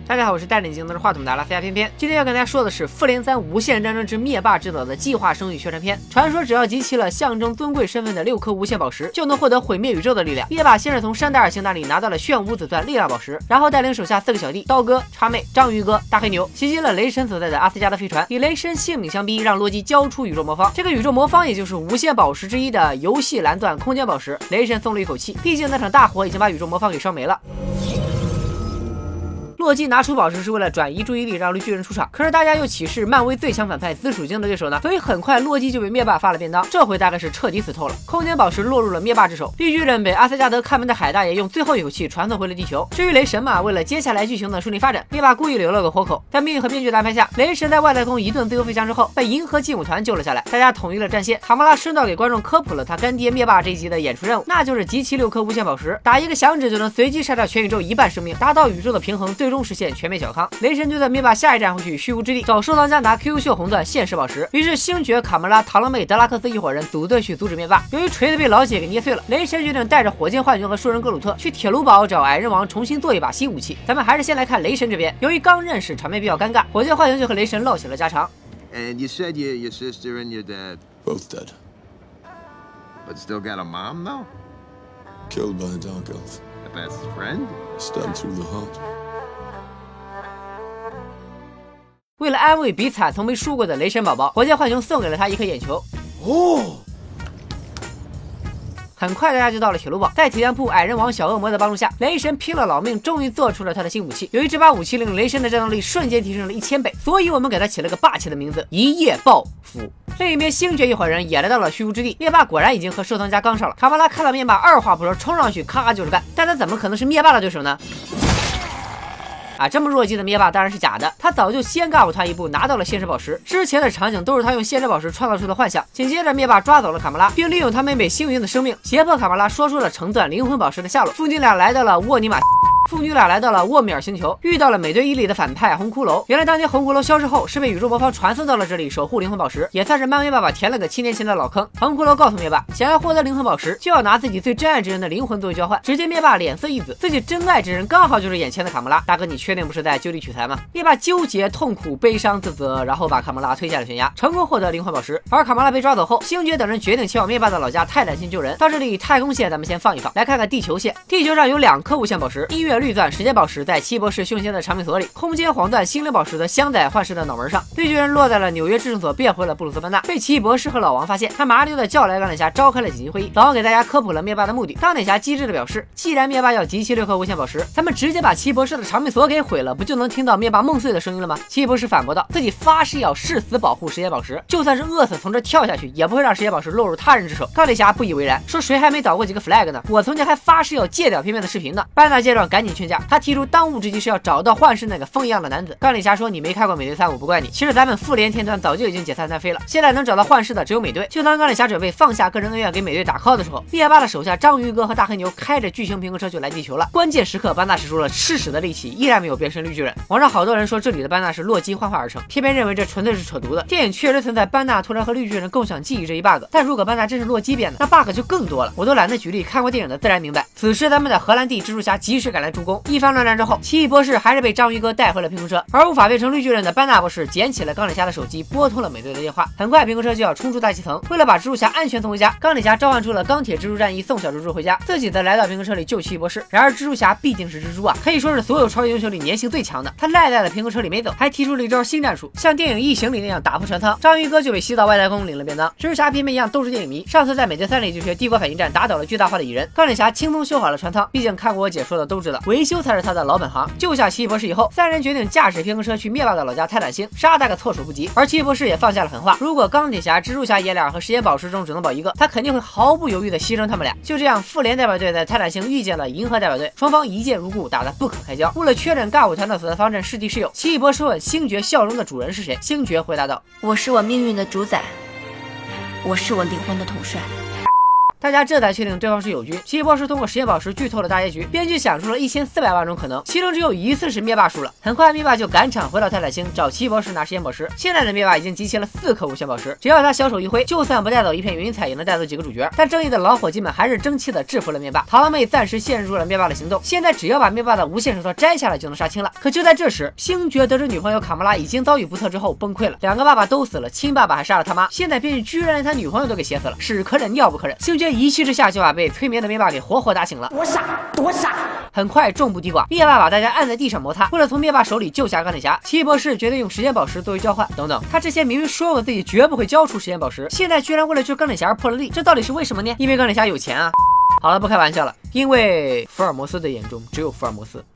大家好，我是带领镜头话筒的阿拉斯加偏偏。今天要跟大家说的是《复联3：无限战争之灭霸之岛》的计划生育宣传片。传说只要集齐了象征尊贵身份的6颗无限宝石，就能获得毁灭宇宙的力量。灭霸先是从山达尔星那里拿到了炫舞子钻力量宝石，然后带领手下4个小弟刀哥、叉妹、章鱼哥、大黑牛袭击了雷神所在的阿斯加德飞船，以雷神性命相逼，让洛基交出宇宙魔方。这个宇宙魔方也就是无限宝石之一的游戏蓝钻空间宝石。雷神松了一口气，毕竟那场大火已经把宇宙魔方给烧没了。洛基拿出宝石是为了转移注意力，让绿巨人出场。可是大家又岂是漫威最强反派紫薯精的对手呢？所以很快洛基就被灭霸发了便当，这回大概是彻底死透了。空间宝石落入了灭霸之手，绿巨人被阿斯加德看门的海大爷用最后一口气传送回了地球。至于雷神嘛，为了接下来剧情的顺利发展，灭霸故意留了个活口。在命运和编剧的安排下，雷神在外太空一顿自由飞翔之后，被银河劲舞团救了下来。大家统一了战线，卡魔拉顺道给观众科普了他干爹灭霸这一集的演出任务，那就是集齐6颗无限宝石，打一个响指就能随机杀掉全宇宙1半生命，达到宇宙的平衡，最终实现全面小康。雷神觉得灭霸下一站会去虚无之地找收藏家拿 QQ 秀红钻现实宝石，于是星爵、卡魔拉、螳螂妹、德拉克斯一伙人组队去阻止灭霸。由于锤子被老姐给捏碎了，雷神决定带着火箭浣熊和树人格鲁特去铁炉堡找矮人王重新做一把新武器。咱们还是先来看雷神这边，由于刚认识，场面比较尴尬，火箭浣熊就和雷神唠起了家常。 And you said your sister and your dad both dead, but still got a mom though? killed by a dark elf, A best friend? stabbed through the heart. 为了安慰比惨从没输过的雷神宝宝，火箭浣熊送给了他一颗眼球。哦。很快大家就到了铁路堡，在体验铺矮人王小恶魔的帮助下，雷神拼了老命，终于做出了他的新武器。由于这把武器令雷神的战斗力瞬间提升了1000倍，所以我们给他起了个霸气的名字——一夜暴斧。另一边，星爵一伙人也来到了虚无之地，灭霸果然已经和收藏家刚上了。卡魔拉看到灭霸，二话不说冲上去，咔就是干。但他怎么可能是灭霸的对手呢？这么弱鸡的灭霸当然是假的，他早就先尬舞他一步拿到了现实宝石，之前的场景都是他用现实宝石创造出的幻想。紧接着灭霸抓走了卡魔拉，并利用他妹妹星云的生命胁迫卡魔拉说出了承断灵魂宝石的下落。父女俩来到了沃米尔星球，遇到了美队1里的反派红骷髅。原来当年红骷髅消失后是被宇宙魔方传送到了这里守护灵魂宝石，也算是漫威爸爸填了个7年前的老坑。红骷髅告诉灭霸，想要获得灵魂宝石就要拿自己最真爱之人的灵魂作为交换。只见灭霸脸色一紫，自己真爱之人刚好就是眼前的卡魔拉。大哥，你确定不是在就地取材吗？灭霸纠结、痛苦、悲伤、自责，然后把卡魔拉推下了悬崖，成功获得灵魂宝石。而卡魔拉被抓走后，星爵等人决定前往灭霸的老家泰坦星救人。到这里，太空线咱们先放一放，来看看地球线。地球上有2颗无限宝石，音乐绿钻、时间宝石在奇异博士胸前的长命锁里，空间黄钻、心灵宝石的镶在幻视的脑门上。绿巨人落在了纽约制胜所，变回了布鲁斯班纳，被奇异博士和老王发现，他麻溜的叫来钢铁侠召开了紧急会议。老王给大家科普了灭霸的目的，钢铁侠机智的表示，既然灭霸要集齐6颗无限宝石，咱们直接把奇异博士的长命锁给毁了，不就能听到灭霸梦碎的声音了吗？奇异博士反驳道，自己发誓要誓死保护时间宝石，就算是饿死从这跳下去，也不会让时间宝石落入他人之手。钢铁侠不以为然，说谁还没倒过几个 flag 呢？我从前还发誓要戒掉片面的视频呢。班纳见状赶紧劝架，他提出当务之急是要找到幻视那个风一样的男子。钢铁侠说，你没看过美队3，我不怪你。其实咱们复联天团早就已经解散单飞了，现在能找到幻视的只有美队。就当钢铁侠准备放下个人恩怨给美队打 call 的时候，灭霸的手下章鱼哥和大黑牛开着巨型平衡车就来地球了。关键时刻，班纳使出了吃屎的力气，依然没有变身绿巨人。网上好多人说这里的班纳是洛基幻化而成，偏偏认为这纯粹是扯犊子。电影确实存在班纳突然和绿巨人共享记忆这一 bug， 但如果班纳真是洛基编的，那 bug 就更多了。我都懒得举例，看过电影的自然明白。此时咱们的荷兰弟蜘蛛侠及时赶来助攻，一番乱战之后，奇异博士还是被章鱼哥带回了平衡车，而无法变成绿巨人的班纳博士捡起了钢铁侠的手机，拨通了美队的电话。很快平衡车就要冲出大气层，为了把蜘蛛侠安全送回家，钢铁侠召唤出了钢铁蜘蛛战役送小蜘蛛回家，自己则来到平衡车里救奇异博士。然而蜘蛛侠毕竟是蜘蛛啊，可以说是所有超级英雄里粘性最强的，他赖在了平衡车里没走，还提出了一招新战术，像电影异形里那样打破船舱。章鱼哥就被吸到外太空领了便当，蜘蛛侠偏偏一样都是电影迷，上次在美队3里就学帝国反应站打倒了巨大化的蚁人。钢铁侠轻松修好了船舱，毕竟看过我解说的都知道，维修才是他的老本行。救下奇异博士以后，3人决定驾驶平衡车去灭霸的老家泰坦星，杀他个措手不及。而奇异博士也放下了狠话，如果钢铁侠、蜘蛛侠爷俩和时间宝石中只能保一个，他肯定会毫不犹豫的牺牲他们俩。就这样，复联代表队在泰坦星遇见了银河代表队，双方一见如故，打得不可开交。为了确认尬舞团的所在方阵是敌是友，奇异博士问星爵笑容的主人是谁，星爵回答道： 我是我命运的主宰，我是我灵魂的统帅。 大家这才确定对方是友军。奇异博士通过实验宝石剧透了大结局，编剧想出了1400万种可能，其中只有一次是灭霸输了。很快灭霸就赶场回到泰坦星找奇异博士拿实验宝石。现在的灭霸已经集齐了4颗无限宝石，只要他小手一挥，就算不带走一片云彩，也能带走几个主角。但正义的老伙计们还是争气的制服了灭霸。堂妹暂时限制住了灭霸的行动，现在只要把灭霸的无限手套摘下来就能杀青了。可就在这时，星爵得知女朋友卡魔拉已经遭遇不测之后崩溃了，2个爸爸都死了，亲爸爸还杀了他妈，现在编剧居然连他女朋友都给写死了，屎可忍尿不可忍。星爵一气之下就把被催眠的灭霸给活活打醒了。 多傻，多傻！ 很快重步地寡，灭霸把大家按在地上摩擦。为了从灭霸手里救下钢铁侠，奇异博士决定用时间宝石作为交换。等等，他之前明明说过自己绝不会交出时间宝石，现在居然为了救钢铁侠而破了例，这到底是为什么呢？因为钢铁侠有钱啊！好了，不开玩笑了，因为福尔摩斯的眼中只有福尔摩斯。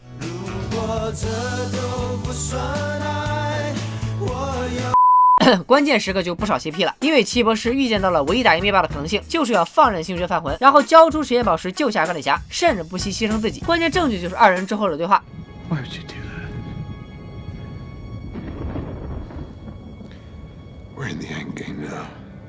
关键时刻就不少邪僻了，因为奇异博士预见到了唯一打赢灭霸的可能性，就是要放任星爵犯浑，然后交出时间宝石救下钢铁侠，甚至不惜牺牲自己。关键证据就是2人之后的对话。 Why would you do that? We're in the end game now.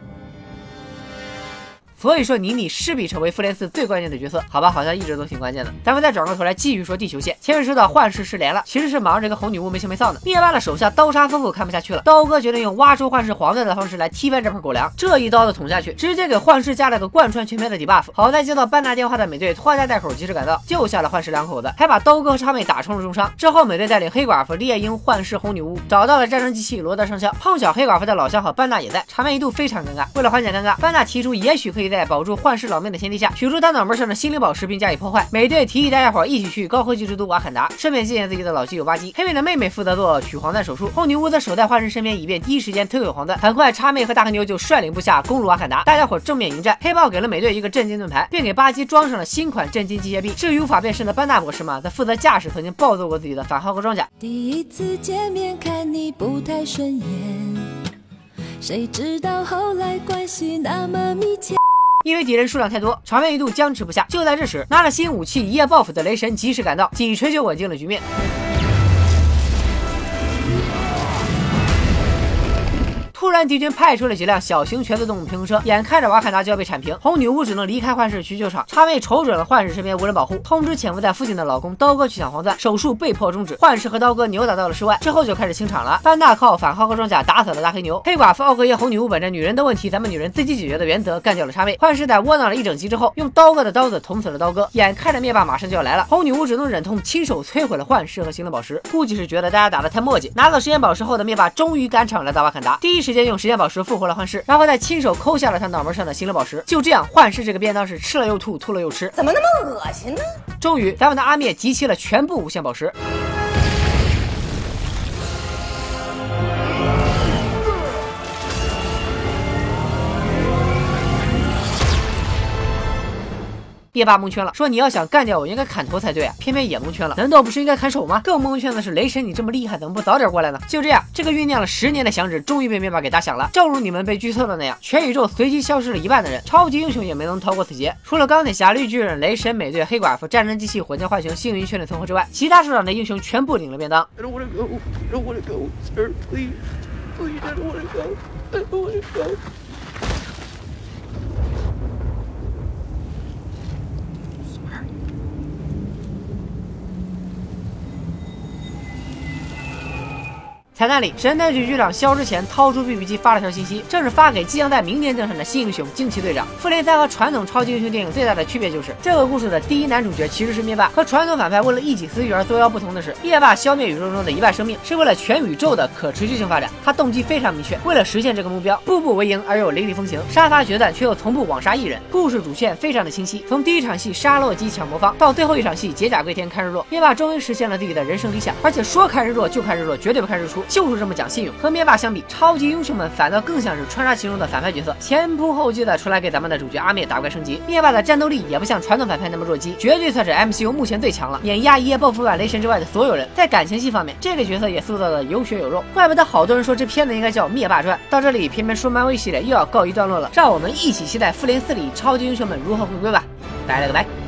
所以说妮妮势必成为复联4最关键的角色，好吧，好像一直都挺关键的。咱们再转过头来继续说地球线。前面说到幻视失联了，其实是忙着跟红女巫没羞没臊呢。灭霸的手下刀杀夫妇看不下去了，刀哥决定用挖出幻视黄钻的方式来踢翻这盆狗粮。这一刀子捅下去，直接给幻视加了个贯穿全片的 debuff。好在接到班纳电话的美队拖家带口及时赶到，救下了幻视2口子，还把刀哥和叉妹打成了重伤。之后美队带领黑寡妇、猎鹰、幻视、红女巫找到了战争机器罗德上校。碰巧黑寡妇的老相好班纳也在，场面一度非常尴尬。为了缓解尴尬，班纳提出也许可以在保住幻视老命的前提下，取出他脑门上的心灵宝石并加以破坏。美队提议大家伙一起去高科技之都瓦坎达，顺便见见自己的老基友巴基。黑妹的妹妹负责做取黄钻手术，红女巫则守在幻视身边，以便第一时间推毁黄钻。很快，叉妹和大黑牛就率领部下攻入瓦坎达，大家伙正面迎战。黑豹给了美队一个震惊盾牌，并给巴基装上了新款震惊机械臂。至于无法变身的班纳博士嘛，则负责驾驶曾经暴揍过自己的反浩克装甲。 第一次见面看你不太顺眼，谁知道后来关系那么密切。 因为敌人数量太多，场面一度僵持不下。就在这时，拿了新武器一夜暴富的雷神及时赶到，几锤就稳定了局面。突然，敌军派出了几辆小型全自动平衡车，眼看着瓦坎达就要被铲平，红女巫只能离开幻视去救场。叉妹瞅准了幻视身边无人保护，通知潜伏在附近的老公刀哥去抢黄钻，手术被迫终止。幻视和刀哥扭打到了室外，之后就开始清场了。班纳靠反浩克装甲打死了大黑牛，黑寡妇、奥格耶、红女巫本着女人的问题咱们女人自己解决的原则干掉了叉妹。幻视在窝囊了一整集之后，用刀哥的刀子捅死了刀哥。眼看着灭霸马上就要来了，红女巫只能忍痛亲手摧毁了幻视和心灵宝石。估计是觉得大家打得太墨迹，拿到时间宝石后的灭霸终于赶场来到瓦坎达，第一时间用时间宝石复活了幻视，然后再亲手抠下了他脑门上的心灵宝石。就这样，幻视这个便当是吃了又吐，吐了又吃， 怎么那么恶心呢？ 终于，咱们的阿灭集齐了全部无限宝石。灭霸蒙圈了，说你要想干掉我，应该砍头才对啊，偏偏也蒙圈了。难道不是应该砍手吗？更蒙圈的是，雷神你这么厉害，怎么不早点过来呢？就这样，这个酝酿了10年的响指终于被灭霸给打响了。正如你们被剧透的那样，全宇宙随机消失了1半的人，超级英雄也没能逃过此劫。除了钢铁侠、绿巨人、雷神、美队、黑寡妇、战争机器、火箭浣熊、星云、全脸存活之外，其他受伤的英雄全部领了便当。 I don't want to go. I don't want to go, sir. Please. Please, I don't want to go. I don't want to go. 彩蛋里，神盾局局长肖之前掏出 BB 机发了条信息，正是发给即将在明年登场的新英雄惊奇队长。复联3和传统超级英雄电影最大的区别就是，这个故事的第一男主角其实是灭霸。和传统反派为了一己私欲而作妖不同的是，灭霸消灭宇宙中的1半生命，是为了全宇宙的可持续性发展。他动机非常明确，为了实现这个目标，步步为营而又雷厉风行，杀伐决断却又从不枉杀一人。故事主线非常的清晰，从第一场戏杀洛基抢魔方，到最后一场戏解甲归田看日落，灭霸终于实现了自己的人生理想，而且说看日落就看日落，绝对不看日出，就是这么讲信用。和灭霸相比，超级英雄们反倒更像是穿插其中的反派角色，前仆后继的出来给咱们的主角阿灭打怪升级。灭霸的战斗力也不像传统反派那么弱鸡，绝对算是 MCU 目前最强了，碾压一夜暴富版雷神之外的所有人。在感情戏方面，这个角色也塑造的有血有肉，怪不得好多人说这片子应该叫灭霸传。到这里，偏偏说漫威系列又要告一段落了，让我们一起期待复联4里超级英雄们如何回归吧。拜了个拜。